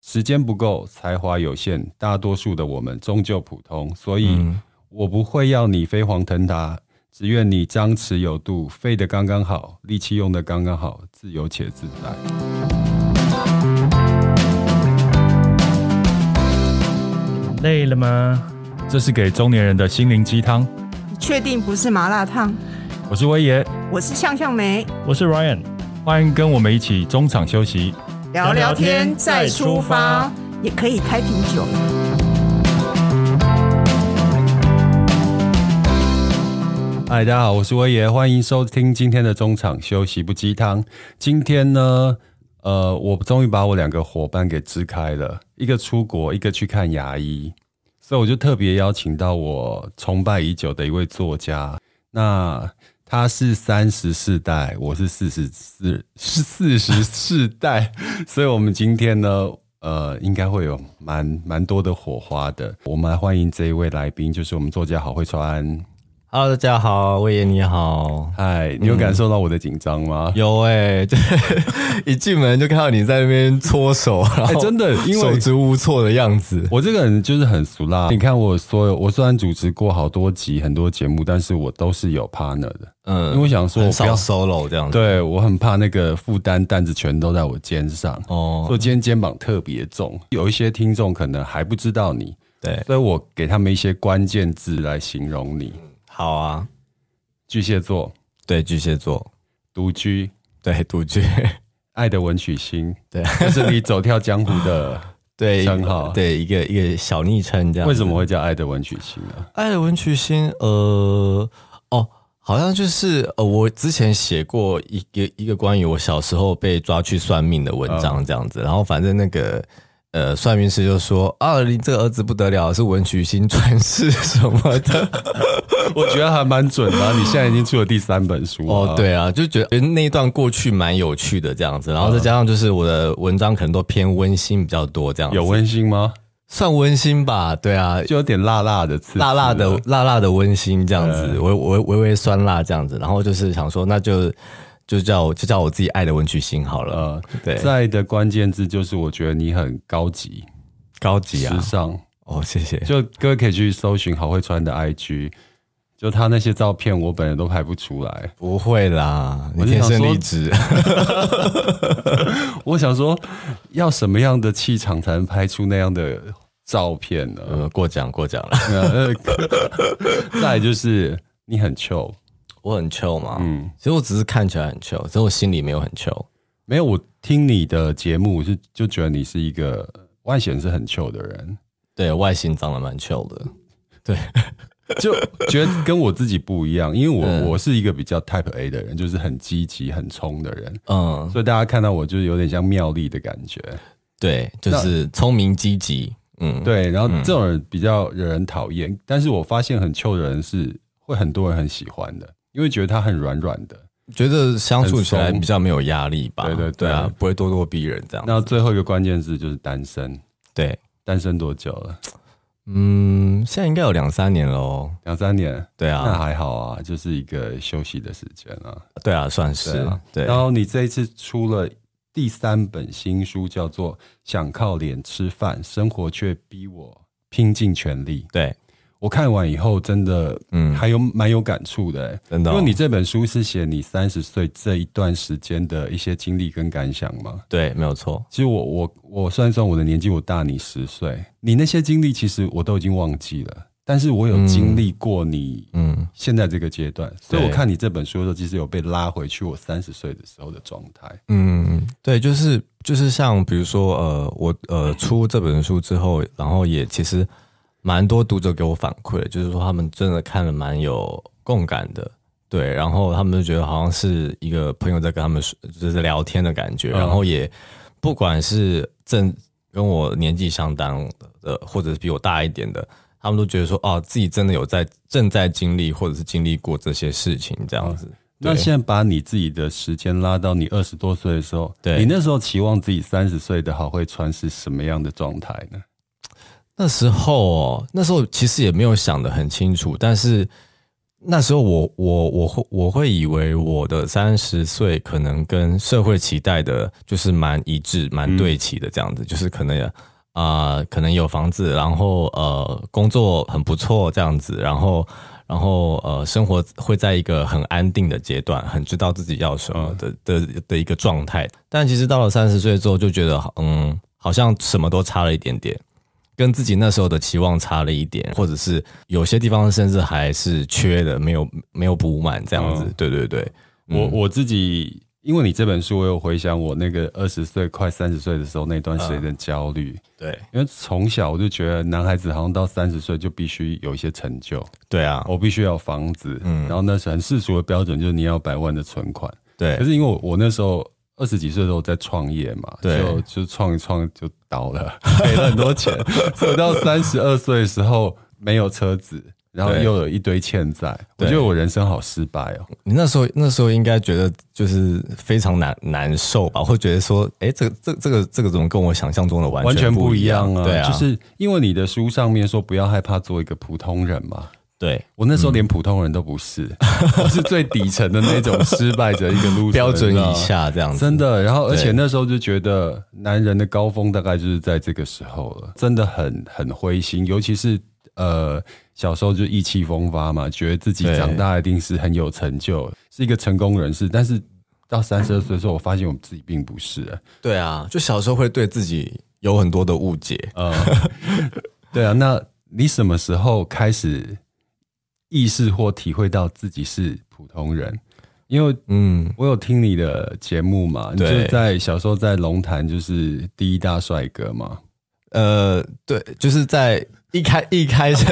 时间不够，才华有限，大多数的我们终究普通，所以我不会要你飞黄腾达，只愿你张弛有度，飞得刚刚好，力气用得刚刚好，自由且自在。 累了吗？这是给中年人的心灵鸡汤。 你确定不是麻辣烫？ 我是威爷， 我是向向梅， 我是 Ryan， 欢迎跟我们一起中场休息， 聊聊天再出发，也可以开瓶酒。 嗨，大家好，我是威爷，欢迎收听今天的中场休息不鸡汤。今天呢，我终于把我2个伙伴给支开了，一个出国，一个去看牙医，所以我就特别邀请到我崇拜已久的一位作家。那他是34代，我是44代，所以我们今天呢，应该会有蛮多的火花的。我们来欢迎这一位来宾，就是我们作家郝慧川。 Hello， 大家好，威爷你好。 嗨，你有感受到我的紧张吗？ 有就一进门就看到你在那边搓手，然后真的，因为手足无措的样子。 我这个人就是很俗辣。你看我虽然主持过好多集很多节目，但是我都是有 partner 的。因为我想说我不要很少 solo 这样子。 对，我很怕那个负担担子全都在我肩上。所以我今天肩膀特别重。有一些听众可能还不知道你， 对， 所以我给他们一些关键字来形容你。 好啊， 巨蟹座， 对，巨蟹座， 独居， 对，独居， 爱的文曲星， 对， 这是你走跳江湖的对称号， 对，一个小昵称这样。 为什么会叫爱的文曲星呢？ 爱的文曲星，好像就是我之前写过一个关于我小时候被抓去算命的文章这样子，然后反正那个算命师就说啊，你这个儿子不得了，是文曲星转世什么的。 我觉得还蛮准的你现在已经出了第3本书对啊，就觉得那一段过去蛮有趣的这样子，然后再加上就是我的文章可能都偏温馨比较多这样子。 有温馨吗？叫温馨吧，对啊， 就有点辣辣的刺刺辣辣的温馨这样子，微酸辣这样子，然后就是想说那就叫我自己爱的文曲星好了。对， 在的关键字就是我觉得你很高级啊，时尚谢谢。 就各位可以去搜寻郝慧川的 IG， 就他那些照片我本人都拍不出来。 不会啦，你天生丽质。 我想说要什么样的气场才能拍出那样的照片呢？ 过奖了。 再来就是你很 chill。 我很 chill 嘛，其实我只是看起来很 chill， 所以我心里没有很 chill。 没有，我听你的节目就觉得你是一个外显是很 chill 的人。 对，外形长得蛮 chill 的。对， 就觉得跟我自己不一样，因为我是一个比较 Type A 的人，就是很积极、很冲的人。所以大家看到我就是有点像妙丽的感觉。 对，就是聪明积极。 对，然后这种人比较惹人讨厌，但是我发现很 chill 的人是会很多人很喜欢的。因为觉得他很软软的， 觉得相处起来比较没有压力吧。 对啊， 不会咄咄逼人这样。 那最后一个关键字就是单身。 对， 单身多久了？ 现在应该有2-3年了 2-3年。 对啊， 那还好啊，就是一个休息的时间啊。 对啊，算是。对。 然后你这一次出了第3本新书，叫做《想靠脸吃饭，生活却逼我拼尽全力》。 对。 我看完以后真的还有蛮有感触的真的因为你这本书是写你30岁这一段时间的一些经历跟感想嘛。 对，没有错。 其实我算我的年纪，我大你10岁，你那些经历其实我都已经忘记了，但是我有经历过你现在这个阶段，所以我看你这本书的时候，其实有被拉回去我30岁的时候的状态。 对，就是像比如说我出这本书之后，然后也其实蛮多读者给我反馈，就是说他们真的看了蛮有共感的。对，然后他们就觉得好像是一个朋友在跟他们就是聊天的感觉，然后也不管是跟我年纪相当的，或者是比我大一点的，他们都觉得说自己真的有正在经历或者是经历过这些事情这样子。 那现在把你自己的时间拉到你20多岁的时候，你那时候期望自己30岁的郝慧川是什么样的状态呢？ 那时候其实也没有想得很清楚，但是那时候我会以为我的30岁可能跟社会期待的就是蛮一致、蛮对齐的这样子，就是可能有房子，然后工作很不错这样子，然后生活会在一个很安定的阶段，很知道自己要什么的一个状态。但其实到了30岁之后，就觉得好像什么都差了一点点。跟自己那时候的期望差了一点，或者是有些地方甚至还是缺的，没有补满这样子。对对对， 我自己，因为你这本书，我有回想我那个20岁快30岁的时候那段时间的焦虑。 对， 因为从小我就觉得男孩子好像到30岁就必须有一些成就。 对啊， 我必须要有房子，然后那是很世俗的标准，就是你要有100万的存款。 对， 可是因为我那时候20几岁的时候在创业嘛，就创一创就倒了，赔了很多钱。所以我到32岁的时候没有车子，然后又有一堆欠债，我觉得我人生好失败哦。 你那时候应该觉得就是非常难受吧，会觉得说，这个怎么跟我想象中的完全不一样啊？ 对啊，就是因为你的书上面说不要害怕做一个普通人嘛。 对， 我那时候连普通人都不是，我是最底层的那种失败者一个路标准以下这样子， 真的。然后而且那时候就觉得男人的高峰大概就是在这个时候了，真的很灰心，尤其是小时候就意气风发嘛，觉得自己长大一定是很有成就，是一个成功人士。但是到32岁的时候，我发现我自己并不是。 对啊，就小时候会对自己有很多的误解。 对啊，那你什么时候开始意识或体会到自己是普通人？因为我有听你的节目嘛，你就在小时候在龙潭就是第一大帅哥嘛。 对，就是在一开始，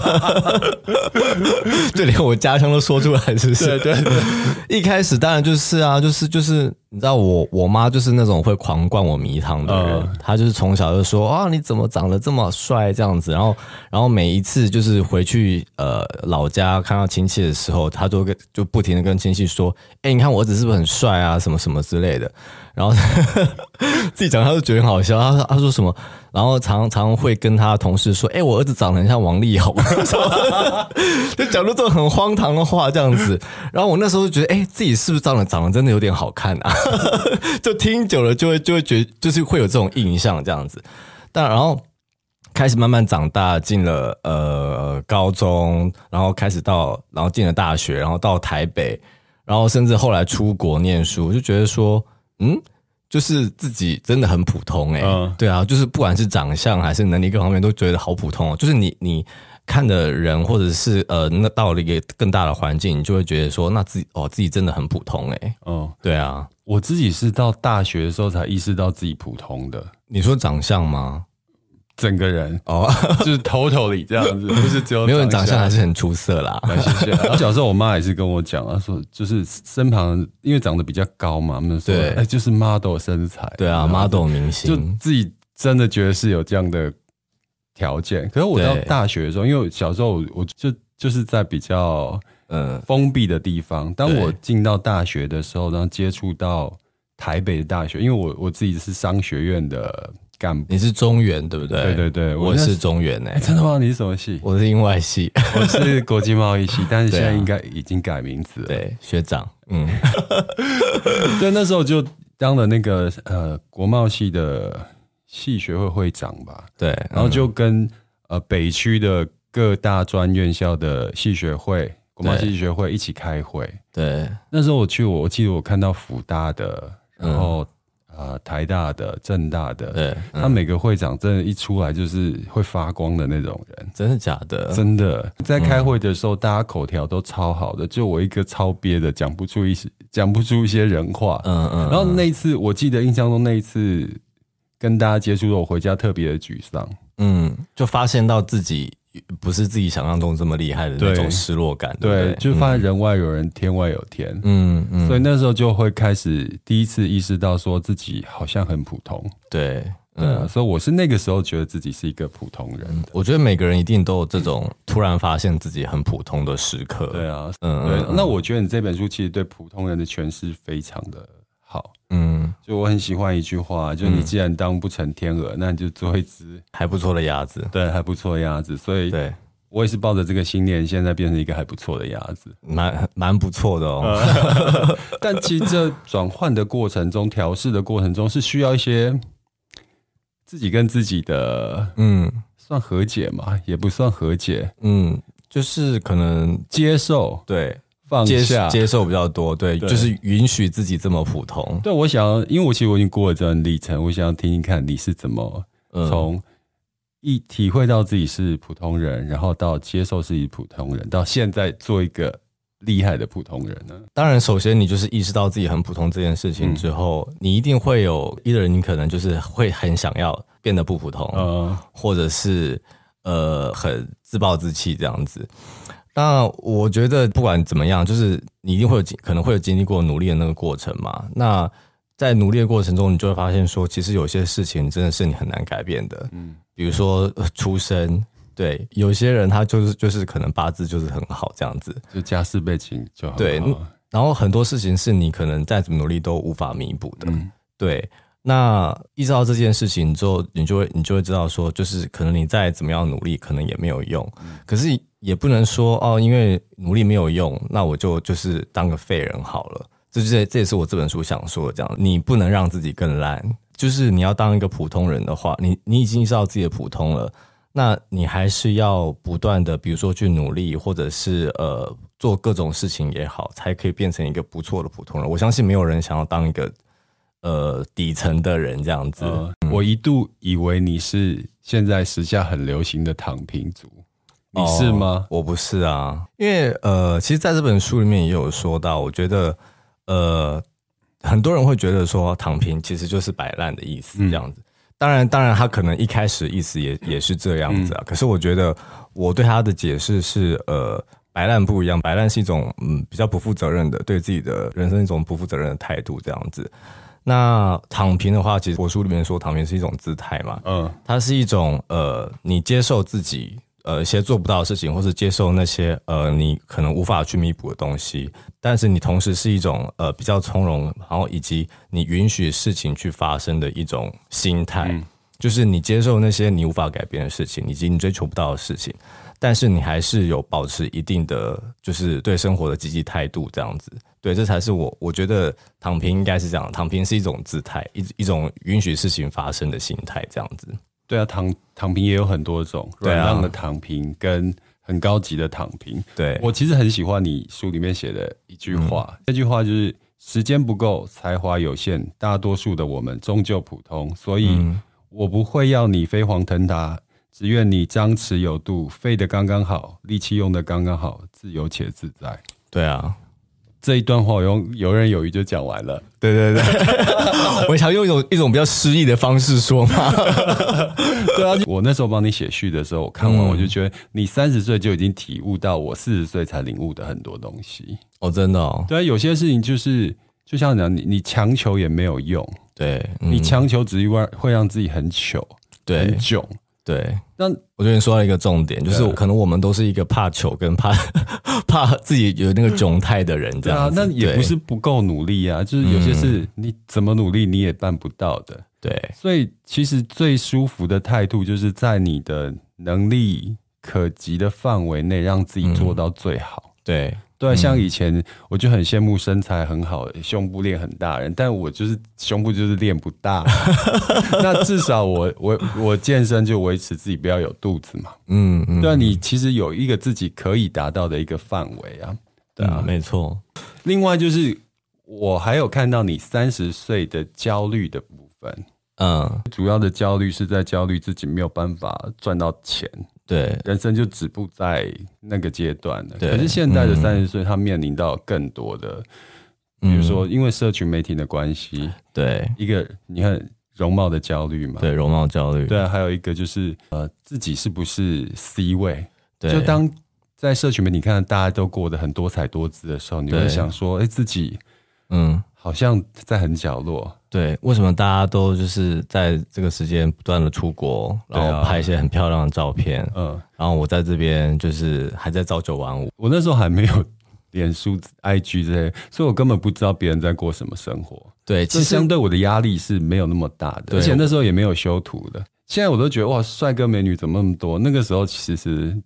就连我家乡都说出来，是不是？ 对， 一开始当然就是啊，就是你知道我妈就是那种会狂灌我迷汤的人，她就是从小就说啊你怎么长得这么帅这样子，然后每一次就是回去老家看到亲戚的时候，她就不停的跟亲戚说，你看我儿子是不是很帅啊，什么什么之类的，然后自己讲他就觉得很好笑，他说什么，然后常会跟他同事说，我儿子长得很像王力宏，就讲出这种很荒唐的话这样子。然后我那时候就觉得，自己是不是长得真的有点好看啊？就听久了就会觉得，就是会有这种印象这样子。然后开始慢慢长大，进了高中，然后然后进了大学，然后到台北，然后甚至后来出国念书，就觉得说，就是自己真的很普通对啊，就是不管是长相还是能力各方面都觉得好普通哦。就是你看的人或者是那到了一个更大的环境，你就会觉得说，那自己真的很普通对啊， 我自己是到大学的时候才意识到自己普通的。 你说长相吗？ 整个人就是 totally 这样子，不是只有没有人长相还是很出色啦。 谢谢。然后小时候我妈也是跟我讲，她说就是身旁因为长得比较高嘛，他们说就是 model 身材， 对啊 model 明星， 就自己真的觉得是有这样的条件。可是我到大学的时候，因为小时候我就是在比较封闭的地方，当我进到大学的时候，然后接触到台北的大学，因为我自己是商学院的干部。 你是中原对不对？ 对， 我是中原真的吗？你是什么系？ 我是英外系， 我是国际贸易系，但是现在应该已经改名字了。 对，学长， 对，那时候就当了那个国贸系的系学会会长吧。对，然后就跟北区的各大专院校的系学会、国贸系学会一起开会。对，那时候我记得我看到辅大的，然后台大的、政大的，对，他每个会长真的，一出来就是会发光的那种人。 真的假的？ 真的，在开会的时候，大家口条都超好的，就我一个超憋的，讲不出一些人话。然后那一次，我记得印象中那一次跟大家接触的，我回家特别的沮丧。 就发现到自己不是自己想象中这么厉害的那种失落感。 对，就发现人外有人，天外有天。所以那时候就会开始第一次意识到说自己好像很普通。对，所以我是那个时候觉得自己是一个普通人。 我觉得每个人一定都有这种突然发现自己很普通的时刻。 对啊，对。那我觉得你这本书其实对普通人的诠释非常的好。就我很喜欢一句话，就你既然当不成天鹅，那你就做一只还不错的鸭子。 对，还不错的鸭子。所以我也是抱着这个信念，现在变成一个还不错的鸭子， 蛮不错的哦。 但其实这转换的过程中，调试的过程中是需要一些自己跟自己的，算和解嘛，也不算和解， 就是可能接受， 对， 放下， 接受比较多，对，就是允许自己这么普通。 对，我想，因为我其实我已经过了这段历程，我想要听听看你是怎么从体会到自己是普通人，然后到接受自己普通人，到现在做一个厉害的普通人呢？ 当然，首先你就是意识到自己很普通这件事情之后，你一定会有一个人，你可能就是会很想要变得不普通，或者是很自暴自弃这样子。那我觉得不管怎么样，就是你一定会可能会有经历过努力的那个过程嘛。那在努力的过程中，你就会发现说，其实有些事情真的是你很难改变的。比如说出生，对，有些人他就是可能八字就是很好这样子， 就家世背景就很好。 对，然后很多事情是你可能再怎么努力都无法弥补的。对，那意识到这件事情之后，你就会知道说，就是可能你再怎么样努力，可能也没有用。可是也不能说因为努力没有用，那我就是当个废人好了。这也是我这本书想说的，这样你不能让自己更烂，就是你要当一个普通人的话，你已经意识到自己的普通了，那你还是要不断的，比如说去努力，或者是做各种事情也好，才可以变成一个不错的普通人。我相信没有人想要当一个底层的人这样子。 我一度以为你是现在时下很流行的躺平族。你是吗？ 我不是啊，因为其实在这本书里面也有说到，我觉得很多人会觉得说躺平其实就是摆烂的意思这样子。当然他可能一开始意思也是这样子啊。可是我觉得我对他的解释是摆烂不一样，摆烂是一种比较不负责任的，对自己的人生一种不负责任的态度这样子。那躺平的话，其实我书里面说躺平是一种姿态嘛，它是一种你接受自己一些做不到的事情，或是接受那些你可能无法去弥补的东西，但是你同时是一种比较从容，然后以及你允许事情去发生的一种心态，就是你接受那些你无法改变的事情，以及你追求不到的事情，但是你还是有保持一定的就是对生活的积极态度这样子。对，这才是我觉得躺平应该是这样，躺平是一种姿态，一种允许事情发生的心态这样子。 对啊，躺平也有很多种，软让的躺平跟很高级的躺平。 对， 我其实很喜欢你书里面写的一句话，这句话就是时间不够，才华有限，大多数的我们终究普通，所以我不会要你飞黄腾达，只愿你张弛有度，飞得刚刚好，力气用得刚刚好，自由且自在。 对啊， 这一段话我用游刃有余就讲完了。 对对对，我想用一种比较诗意的方式说嘛。 对啊，我那时候帮你写序的时候，我看完我就觉得你30岁就已经体悟到我40岁才领悟的很多东西。 哦，真的哦。 对啊，有些事情就是就像讲你强求也没有用。 对， 你强求只会让自己很糗， 对， 很囧。 对， 那我觉得你说到一个重点，就是可能我们都是一个怕糗跟怕自己有那个窘态的人，这样子。 对啊，那也不是不够努力啊，就是有些事你怎么努力你也办不到的。 对， 所以其实最舒服的态度就是在你的能力可及的范围内，让自己做到最好。 对。 对，像以前我就很羡慕身材很好、胸部练很大的人，但我就是胸部就是练不大。那至少我健身就维持自己不要有肚子嘛。对啊，你其实有一个自己可以达到的一个范围啊。对啊， 没错。 另外就是我还有看到你30岁的焦虑的部分。主要的焦虑是在焦虑自己没有办法赚到钱。 对， 人生就止步在那个阶段了。可是现在的30岁，他面临到更多的，比如说因为社群媒体的关系， 对， 一个你看容貌的焦虑嘛， 对，容貌焦虑， 对，还有一个就是自己是不是 C 位？ 对， 就当在社群媒体看大家都过得很多彩多姿的时候，你会想说，自己好像在很角落。 对，为什么大家都就是在这个时间不断的出国，然后拍一些很漂亮的照片，然后我在这边就是还在朝9晚5。 我那时候还没有脸书、IG 这些，所以我根本不知道别人在过什么生活。 对， 其实相对我的压力是没有那么大的，而且那时候也没有修图的。现在我都觉得哇，帅哥美女怎么那么多？那个时候其实就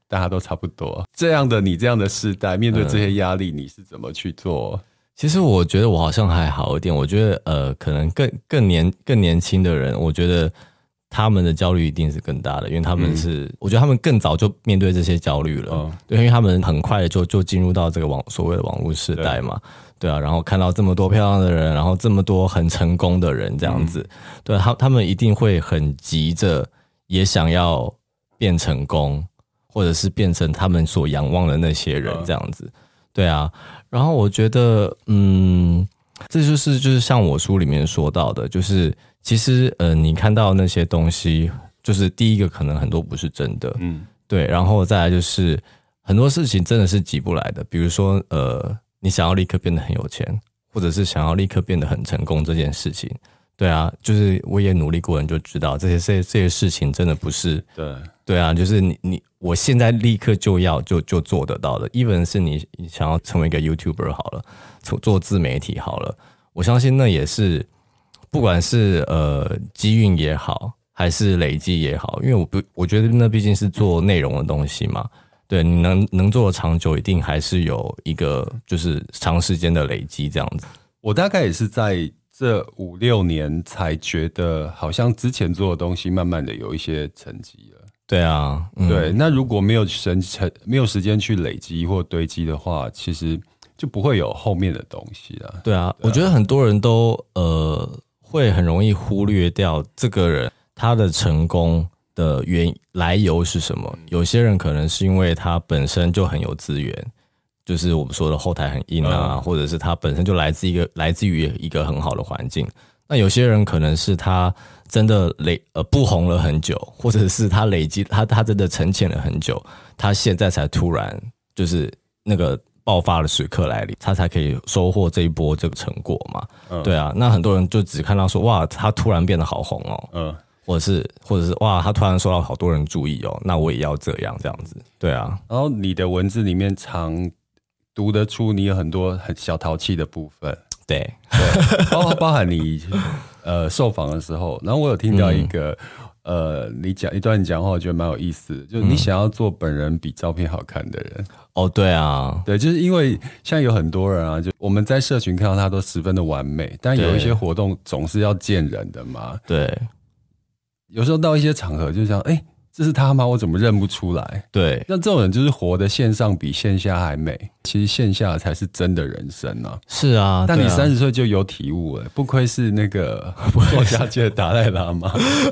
大家都差不多。这样的世代，面对这些压力，你是怎么去做？ 其实我觉得我好像还好一点，我觉得可能更年轻的人，我觉得他们的焦虑一定是更大的，因为他们是，我觉得他们更早就面对这些焦虑了，对，因为他们很快的就进入到这个所谓的网络时代嘛，对啊，然后看到这么多漂亮的人，然后这么多很成功的人这样子，对，他们一定会很急着也想要变成功，或者是变成他们所仰望的那些人这样子，对啊，然后我觉得这就是像我书里面说到的，就是其实你看到那些东西，就是第一个可能很多不是真的，对，然后再来就是很多事情真的是急不来的，比如说你想要立刻变得很有钱，或者是想要立刻变得很成功这件事情，对啊，就是我也努力过，你就知道这些事情真的不是，对啊，就是我现在立刻就要就做得到的 ，even 是你想要成为一个 YouTuber 好了，做自媒体好了，我相信那也是不管是机运也好，还是累积也好，因为我觉得那毕竟是做内容的东西嘛。对，你能做的长久，一定还是有一个就是长时间的累积这样子。 我大概也是在这5-6年才觉得，好像之前做的东西，慢慢的有一些成绩了。 对啊， 对。那如果没有时间去累积或堆积的话，其实就不会有后面的东西了。 对啊，我觉得很多人都会很容易忽略掉这个人他的成功的来由是什么？有些人可能是因为他本身就很有资源，就是我们说的后台很硬啊，或者是他本身就来自于一个很好的环境。那有些人可能是他真的不红了很久，或者是他累积他真的沉潜了很久，他现在才突然就是那个爆发的时刻来临，他才可以收获这一波这个成果嘛。对啊，那很多人就只看到说哇，他突然变得好红哦。或者是哇，他突然受到好多人注意哦，那我也要这样子，对啊。 然后你的文字里面常读得出你有很多很小淘气的部分， 对， 包含你受访的时候，然后我有听到一个你讲话，我觉得蛮有意思的，就是你想要做本人比照片好看的人。 哦，对啊， 对，就是因为像有很多人啊，就我们在社群看到他都十分的完美，但有一些活动总是要见人的嘛， 对。 有时候到一些场合就想，这是他吗？我怎么认不出来？对，那这种人就是活的线上比线下还美。其实线下才是真的人生啊。 是啊， 但你30岁就有体悟了，不愧是那个作家界的达赖喇嘛。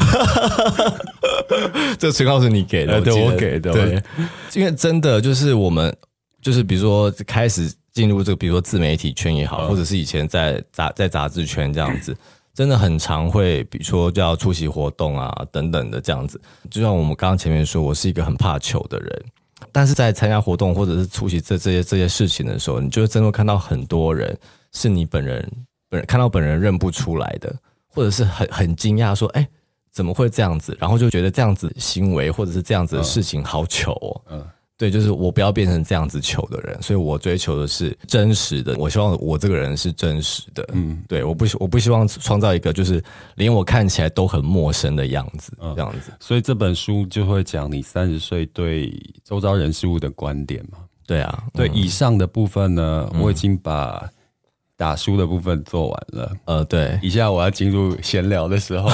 这个称号是你给的， 对，我给的。 对，因为真的就是我们就是比如说开始进入这个，比如说自媒体圈也好，或者是以前在杂志圈这样子。真的很常会，比如说就要出席活动啊等等的这样子。就像我们刚刚前面说，我是一个很怕糗的人，但是在参加活动或者是出席这些事情的时候，你就会真的看到很多人是你本人看到本人认不出来的，或者是很惊讶说，怎么会这样子？然后就觉得这样子行为或者是这样子的事情好糗哦。对，就是我不要变成这样子糗的人，所以我追求的是真实的。我希望我这个人是真实的，对，我不希望创造一个就是连我看起来都很陌生的样子，这样子。 所以这本书就会讲你30岁对周遭人事物的观点嘛。 对啊， 对，以上的部分呢，我已经把打书的部分做完了。对，以下我要进入闲聊的时候。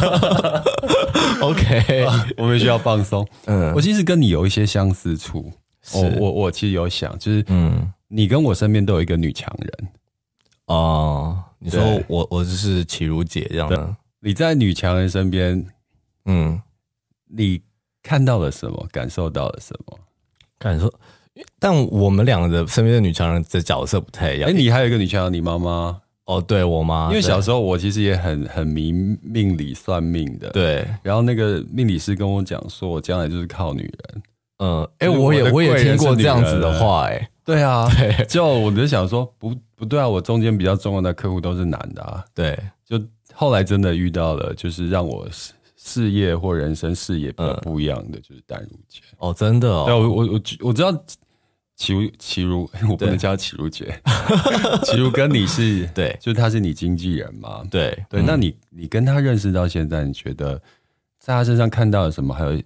OK， 我们需要放松。我其实跟你有一些相似处。我其实有想，就是你跟我身边都有一个女强人。 哦，你说我就是启如姐这样的。 你在女强人身边，你看到了什么？感受到了什么？ 但我们两个的身边的女强人的角色不太一样。 你还有一个女强人，你妈妈。 哦，对，我妈。 因为小时候我其实也很迷命理算命的。 对。 然后那个命理师跟我讲说，我将来就是靠女人。 我也听过这样子的话。 对啊。对。就我就想说，不对啊，我中间比较重要的客户都是男的啊。 对。就后来真的遇到了，就是让我事业或人生视野比较不一样的，就是淡如姐。 哦，真的哦。 对，我知道。启如，我不能叫启如姐。启如跟你是， 对， 就是他是你经纪人嘛？ 对。 那你跟他认识到现在，你觉得在他身上看到了什么？还有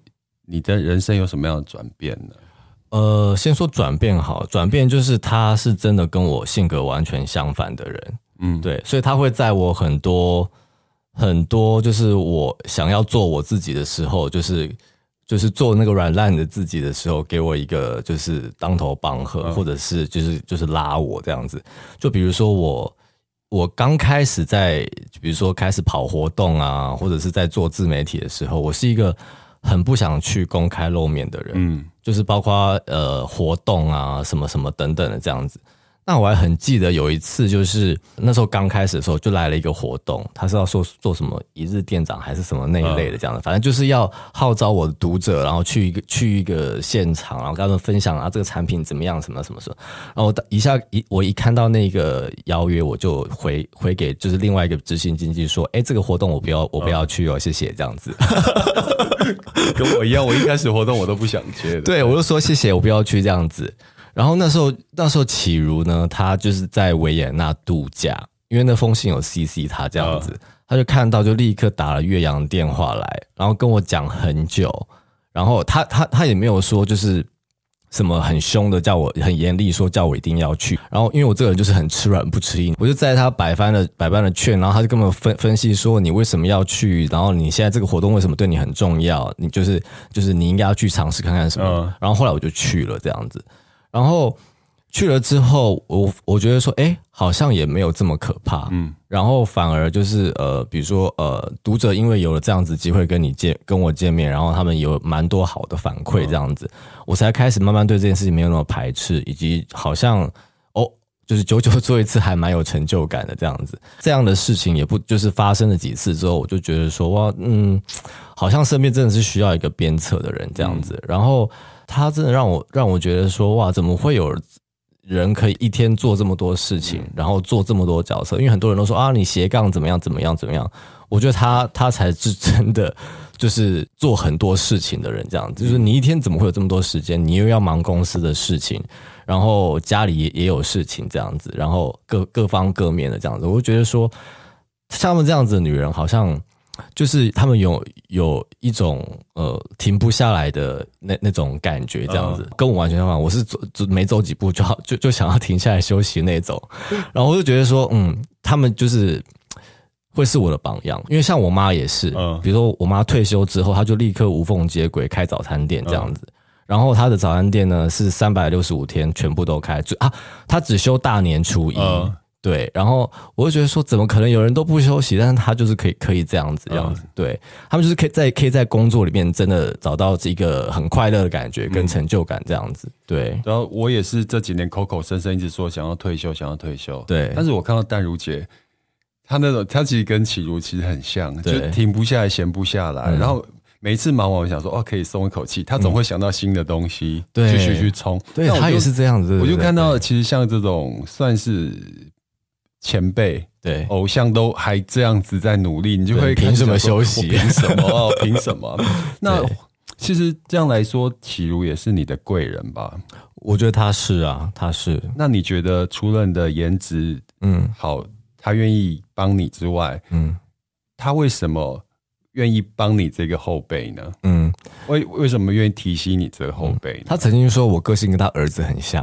你的人生有什么样的转变呢？ 先说转变好，转变就是他是真的跟我性格完全相反的人，对，所以他会在我很多就是我想要做我自己的时候，就是做那个软烂的自己的时候，给我一个就是当头棒喝，或者是就是拉我这样子。就比如说我刚开始比如说开始跑活动啊，或者是在做自媒体的时候，我是一个很不想去公开露面的人，就是包括活动啊什么什么等等的这样子。那我还很记得有一次，就是那时候刚开始的时候，就来了一个活动，他是要做什么一日店长还是什么那一类的这样的，反正就是要号召我的读者，然后去一个现场，然后跟他们分享这个产品怎么样，什么什么什么。然后我一看到那个邀约，我就回给就是另外一个执行经纪说，这个活动我不要去哦，谢谢这样子。 跟我一样，我一开始活动我都不想接的。 对，我就说谢谢，我不要去这样子。然后那时候启如呢，他就是在维也纳度假，因为那封信有 CC 他这样子，他就看到就立刻打了岳阳电话来，然后跟我讲很久，然后他也没有说就是什么很凶的叫我很严厉说叫我一定要去，然后因为我这个人就是很吃软不吃硬，我就在他百般的劝，然后他就跟我分析说你为什么要去，然后你现在这个活动为什么对你很重要，你就是你应该要去尝试看看什么，然后后来我就去了这样子。然后去了之后，我觉得说，好像也没有这么可怕，然后反而就是比如说读者因为有了这样子机会跟我见面，然后他们有蛮多好的反馈这样子，我才开始慢慢对这件事情没有那么排斥，以及好像就是久久做一次还蛮有成就感的这样子。这样的事情也不就是发生了几次之后，我就觉得说哇，好像身边真的是需要一个鞭策的人这样子，然后。他真的让我觉得说哇，怎么会有人可以一天做这么多事情，然后做这么多角色？因为很多人都说啊，你斜杠怎么样怎么样怎么样。我觉得他才是真的就是做很多事情的人，这样子。就是你一天怎么会有这么多时间？你又要忙公司的事情，然后家里也有事情这样子，然后各方各面的这样子。我就觉得说，像他们这样子的女人，好像。就是他们有一种停不下来的那种感觉，这样子跟我完全相反。我是没走几步就想要停下来休息那种，然后我就觉得说，他们就是会是我的榜样，因为像我妈也是，比如说我妈退休之后，她就立刻无缝接轨开早餐店这样子。然后她的早餐店呢是365天全部都开，她只休大年初一。对，然后我就觉得说，怎么可能有人都不休息？但是他就是可以这样子，对他们就是可以在工作里面真的找到一个很快乐的感觉跟成就感这样子。对， 然后我也是这几年口口声声一直说想要退休，对，但是我看到淡如姐，她其实跟启如其实很像，就停不下来，闲不下来，然后。每一次忙完，我想说可以松一口气。他总会想到新的东西，继续去冲。 对，他也是这样子。 我就看到，其实像这种算是前辈， 对偶像都还这样子在努力，你就会凭什么休息？ 凭什么？凭什么？那其实这样来说，启如也是你的贵人吧？ 我觉得他是啊，他是。 那你觉得除了你的颜值，好，他愿意帮你之外，他为什么？愿意帮你这个后辈呢？为什么愿意提携你这个后辈呢？ 他曾经说我个性跟他儿子很像，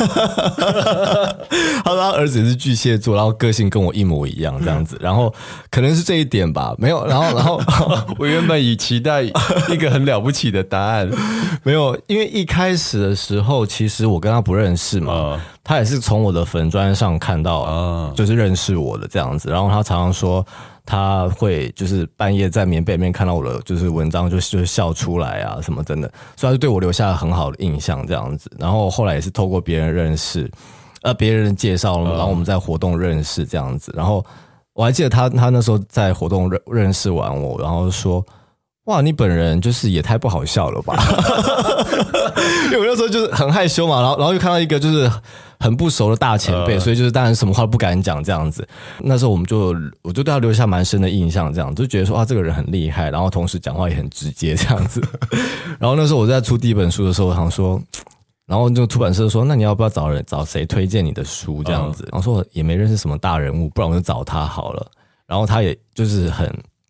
他说他儿子也是巨蟹座，然后个性跟我一模一样这样子，然后可能是这一点吧，没有，然后我原本以期待一个很了不起的答案， 没有，因为一开始的时候其实我跟他不认识嘛，他也是从我的粉专上看到，就是认识我的这样子，然后他常常说。他会就是半夜在棉被里面看到我的就是文章就笑出来啊什么真的，所以他就对我留下了很好的印象这样子。然后后来也是透过别人认识，别人介绍，然后我们在活动认识这样子。然后我还记得他那时候在活动认识完我，然后说：“哇，你本人就是也太不好笑了吧？”因为我那时候就是很害羞嘛，然后又看到一个就是很不熟的大前辈，所以就是当然什么话都不敢讲这样子。那时候我就对他留下蛮深的印象，这样就觉得说啊，这个人很厉害，然后同时讲话也很直接这样子。然后那时候我在出第一本书的时候，我想说，然后就出版社说，那你要不要找谁推荐你的书这样子？然后说也没认识什么大人物，不然我就找他好了。然后他也就是很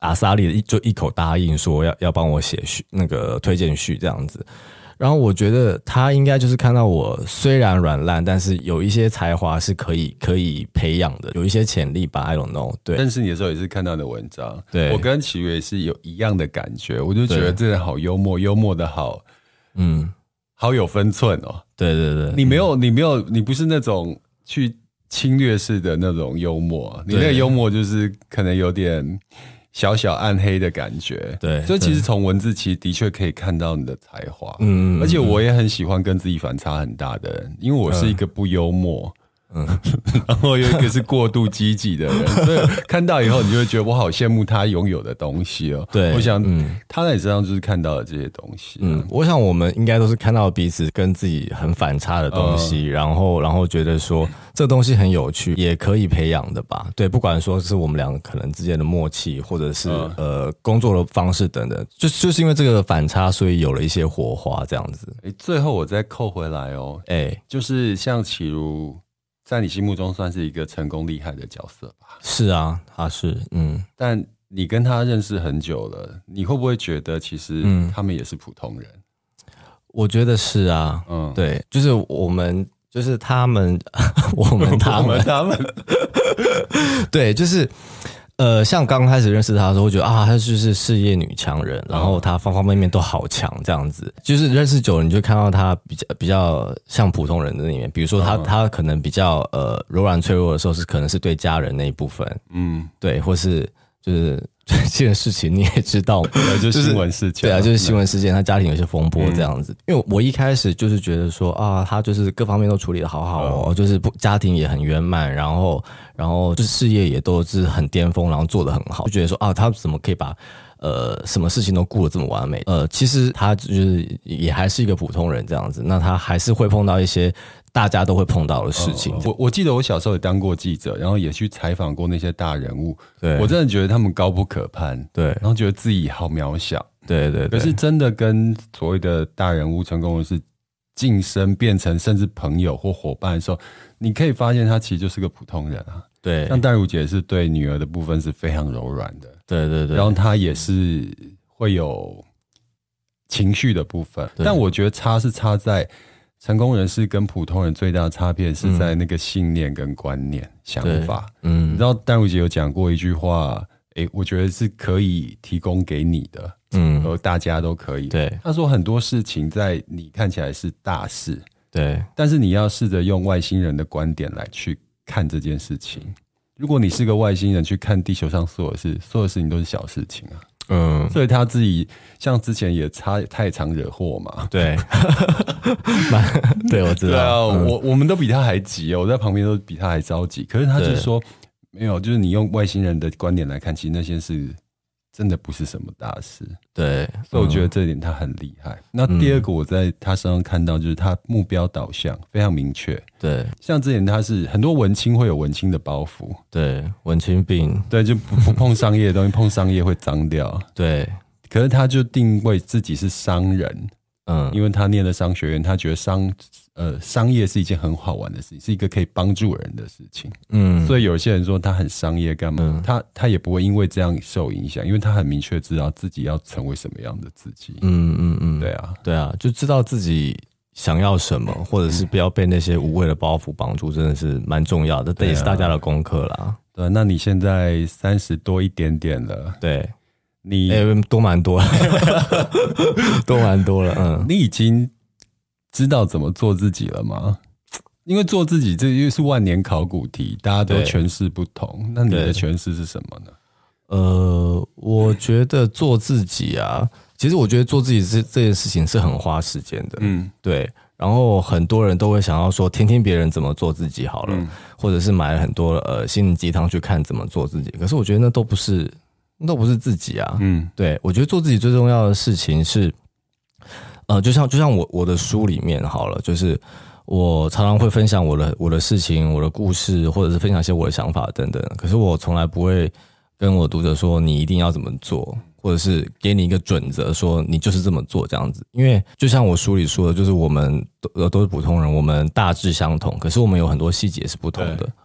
阿萨利就一口答应说要帮我写序那个推荐序这样子。然后我觉得他应该就是看到我虽然软烂，但是有一些才华是可以培养的，有一些潜力吧 I don't know。 对， 认识你的时候也是看到你的文章， 对， 我跟启宇也是有一样的感觉，我就觉得这人好幽默，幽默的好，好有分寸哦。 对对对， 你不是那种去侵略式的那种幽默，你那个幽默就是可能有点小小暗黑的感觉。 对， 所以其实从文字其实的确可以看到你的才华。而且我也很喜欢跟自己反差很大的人，因为我是一个不幽默，然后有一个是过度积极的人，所以看到以后你就会觉得我好羡慕他拥有的东西哦。对，我想他在你身上就是看到了这些东西。 我想我们应该都是看到彼此跟自己很反差的东西，然后觉得说这东西很有趣，也可以培养的吧。对，不管说是我们两个可能之间的默契，或者是工作的方式等等，就是因为这个反差，所以有了一些火花这样子。 最后我再扣回来哦，就是像启儒在你心目中算是一个成功厉害的角色吧？是啊，他是， 但你跟他认识很久了，你会不会觉得其实他们也是普通人？ 我觉得是啊，对，就是我们，就是他们，我们他们，对，就是。像刚开始认识他的时候，我觉得他就是事业女强人，然后他方方面面都好强，这样子。就是认识久了，你就看到他比较像普通人的那一面。比如说他可能比较柔软脆弱的时候，可能是对家人那一部分，对，或是就是这件事情你也知道， 就是新闻事件， 对啊，就是新闻事件，他家庭有些风波这样子。因为我一开始就是觉得说他就是各方面都处理得好好哦，就是家庭也很圆满，然后就是事业也都是很巅峰，然后做得很好，就觉得说他怎么可以把什么事情都顾得这么完美？其实他就是也还是一个普通人这样子，那他还是会碰到一些大家都会碰到的事情。 我记得我小时候也当过记者，然后也去采访过那些大人物，对，我真的觉得他们高不可攀，对，然后觉得自己好渺小，对对对。可是真的跟所谓的大人物成功人士晋升变成甚至朋友或伙伴的时候，你可以发现他其实就是个普通人啊。对，像淡如姐是对女儿的部分是非常柔软的，对对对，然后她也是会有情绪的部分，但我觉得差在成功人士跟普通人最大的差别是在那个信念跟观念、想法。你知道淡如姐有讲过一句话，我觉得是可以提供给你的，大家都可以。对，她说很多事情在你看起来是大事，对，但是你要试着用外星人的观点来去看这件事情。如果你是个外星人去看地球上所有事情都是小事情啊。所以他自己像之前他也常惹祸嘛。对，对，我知道。对啊，我们都比他还急哦，我在旁边都比他还着急。可是他就说没有，就是你用外星人的观点来看，其实那些事真的不是什么大事。对，所以我觉得这一点他很厉害。那第二个我在他身上看到就是他目标导向非常明确。对，像之前他是很多文青会有文青的包袱，对，文青病，对，就不碰商业的东西，碰商业会脏掉。对，可是他就定位自己是商人，因为他念了商学院，他觉得商业是一件很好玩的事情，是一个可以帮助人的事情。所以有些人说他很商业干嘛，他也不会因为这样受影响，因为他很明确知道自己要成为什么样的自己。对啊，对啊，就知道自己想要什么，或者是不要被那些无谓的包袱绑住，真的是蛮重要的，这也是大家的功课啦。对，那你现在30多一点点了，对，你多蛮多了，多蛮多了。你已经知道怎么做自己了吗？因为做自己这又是万年考古题，大家都诠释不同。那你的诠释是什么呢？我觉得做自己啊，其实我觉得做自己这件事情是很花时间的。对。然后很多人都会想要说，听听别人怎么做自己好了，或者是买了很多心灵鸡汤去看怎么做自己。可是我觉得那都不是自己啊。对，我觉得做自己最重要的事情是，就像我的书里面好了，就是我常常会分享我的事情、我的故事，或者是分享一些我的想法等等。可是我从来不会跟我读者说你一定要怎么做，或者是给你一个准则说你就是这么做这样子。因为就像我书里说的，就是我们都是普通人，我们大致相同，可是我们有很多细节是不同的。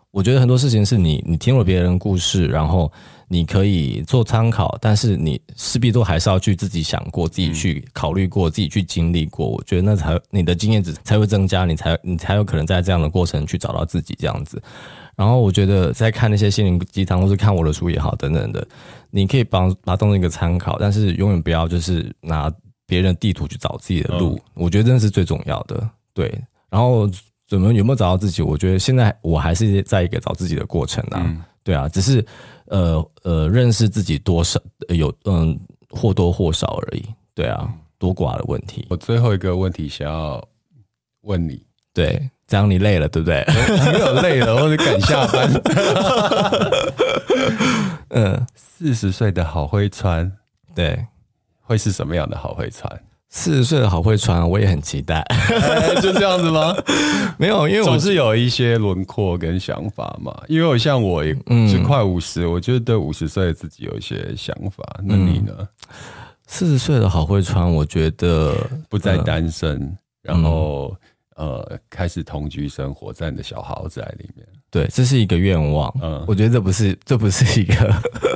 我觉得很多事情是你听了别人故事，然后你可以做参考，但是你势必都还是要去自己想过，自己去考虑过，自己去经历过。我觉得那才你的经验值才会增加，你才有可能在这样的过程去找到自己这样子。然后我觉得在看那些心灵鸡汤，或是看我的书也好等等的，你可以把它当成一个参考，但是永远不要就是拿别人的地图去找自己的路。我觉得真的是最重要的。对，然后有没有找到自己？我觉得现在我还是在一个找自己的过程啊。对啊，只是认识自己多少有或多或少而已。对啊，多寡的问题。 我最后一个问题想要问你， 对，这样你累了对不对？ 没有累了，我得赶下班。40岁的郝慧川， 对， 会是什么样的郝慧川 ？40岁的郝慧川，我也很期待。 就这样子吗？ 没有，因为我总是有一些轮廓跟想法嘛。因为我像我也是快50，我觉得对50岁的自己有一些想法。那你呢 ？40岁的郝慧川，我觉得不再单身，然后开始同居生活在你的小豪宅里面。 对，这是一个愿望。我觉得这不是一个。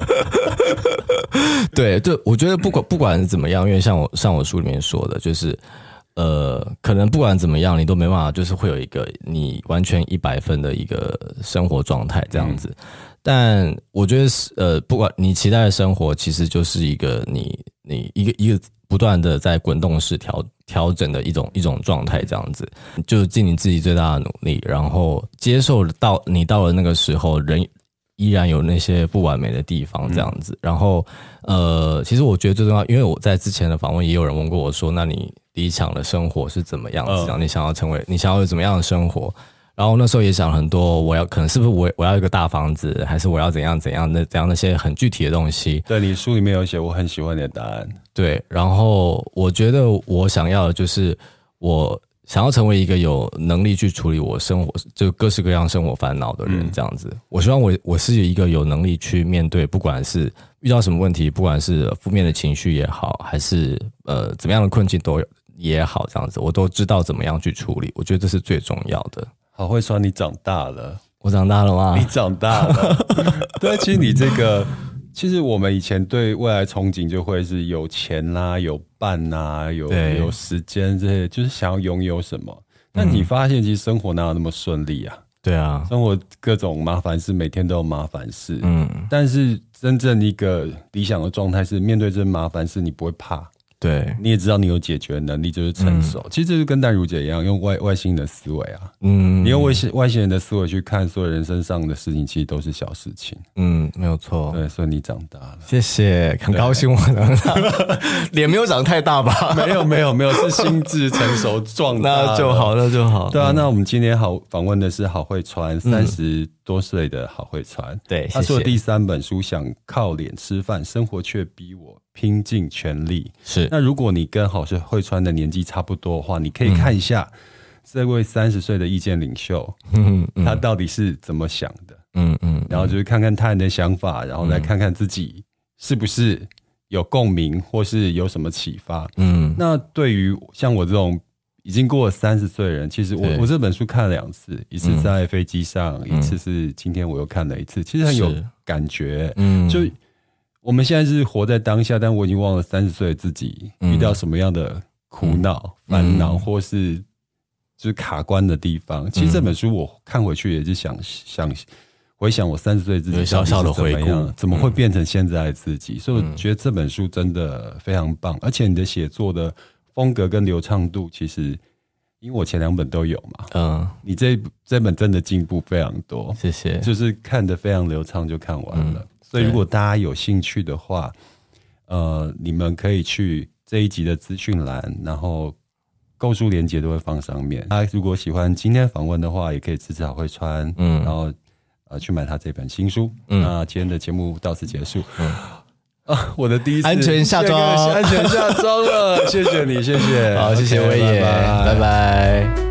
对，我觉得不管怎么样，因为像我书里面说的，就是可能不管怎么样，你都没办法，就是会有一个你完全100分的一个生活状态这样子。但我觉得不管你期待的生活，其实就是一个你一个不断的在滚动式调整的一种状态这样子，就尽你自己最大的努力，然后接受到你到了那个时候，人依然有那些不完美的地方这样子。然后其实我觉得最重要，因为我在之前的访问也有人问过我说，那你理想的生活是怎么样子？你想要有怎么样的生活？然后那时候也想很多，可能是不是我要一个大房子，还是我要怎样那些很具体的东西。 对，你书里面有写，我很喜欢你的答案。 对，然后我觉得我想要的就是我想要成为一个有能力去处理我生活就各式各样生活烦恼的人这样子。我希望我是一个有能力去面对，不管是遇到什么问题，不管是负面的情绪也好，还是怎么样的困境也好，这样子我都知道怎么样去处理。我觉得这是最重要的。 郝慧川，你长大了。 我长大了吗？ 你长大了。对，其实你这个，其实我们以前对未来憧憬就会是有钱啦、有伴啦、有时间这些，就是想要拥有什么。但你发现，其实生活哪有那么顺利啊？ 对啊， 生活各种麻烦事，每天都有麻烦事。但是真正一个理想的状态是，面对这麻烦事，你不会怕。 对， 你也知道你有解决能力，就是成熟。其实这就跟淡如姐一样，用外星人的思维啊，你用外星人的思维去看所有人身上的事情，其实都是小事情。 没有错。 对，所以你长大了， 谢谢，很高兴我长大。脸没有长太大吧？ 没有，是心智成熟壮大。 那就好。 对啊，那我们今天访问的是郝慧川，30多岁的郝慧川。 对， 他说的第3本书《想靠脸吃饭，生活却逼我拼尽全力》。 是。 那如果你跟郝慧川的年纪差不多的话，你可以看一下这位30岁的意见领袖，他到底是怎么想的。然后就是看看他人的想法，然后来看看自己是不是有共鸣，或是有什么启发。那对于像我这种已经过了30岁的人，其实我这本书看了2次，一次在飞机上，一次是今天我又看了一次，其实很有感觉。就我们现在是活在当下，但我已经忘了30岁的自己遇到什么样的苦恼、烦恼，或是就是卡关的地方。其实这本书我看回去也是想回想我30岁的自己小小的回顾， 怎么会变成现在的自己。所以我觉得这本书真的非常棒，而且你的写作的风格跟流畅度，其实因为我前2本都有嘛，你这本真的进步非常多， 谢谢， 就是看得非常流畅就看完了。所以如果大家有兴趣的话，你们可以去这一集的资讯栏，然后购书连结都会放上面。大家如果喜欢今天访问的话，也可以支持郝慧川，然后去买他这本新书。那今天的节目到此结束。我的第一次安全下装， 安全下装了，谢谢你，谢谢， 好，谢谢威爷，拜拜。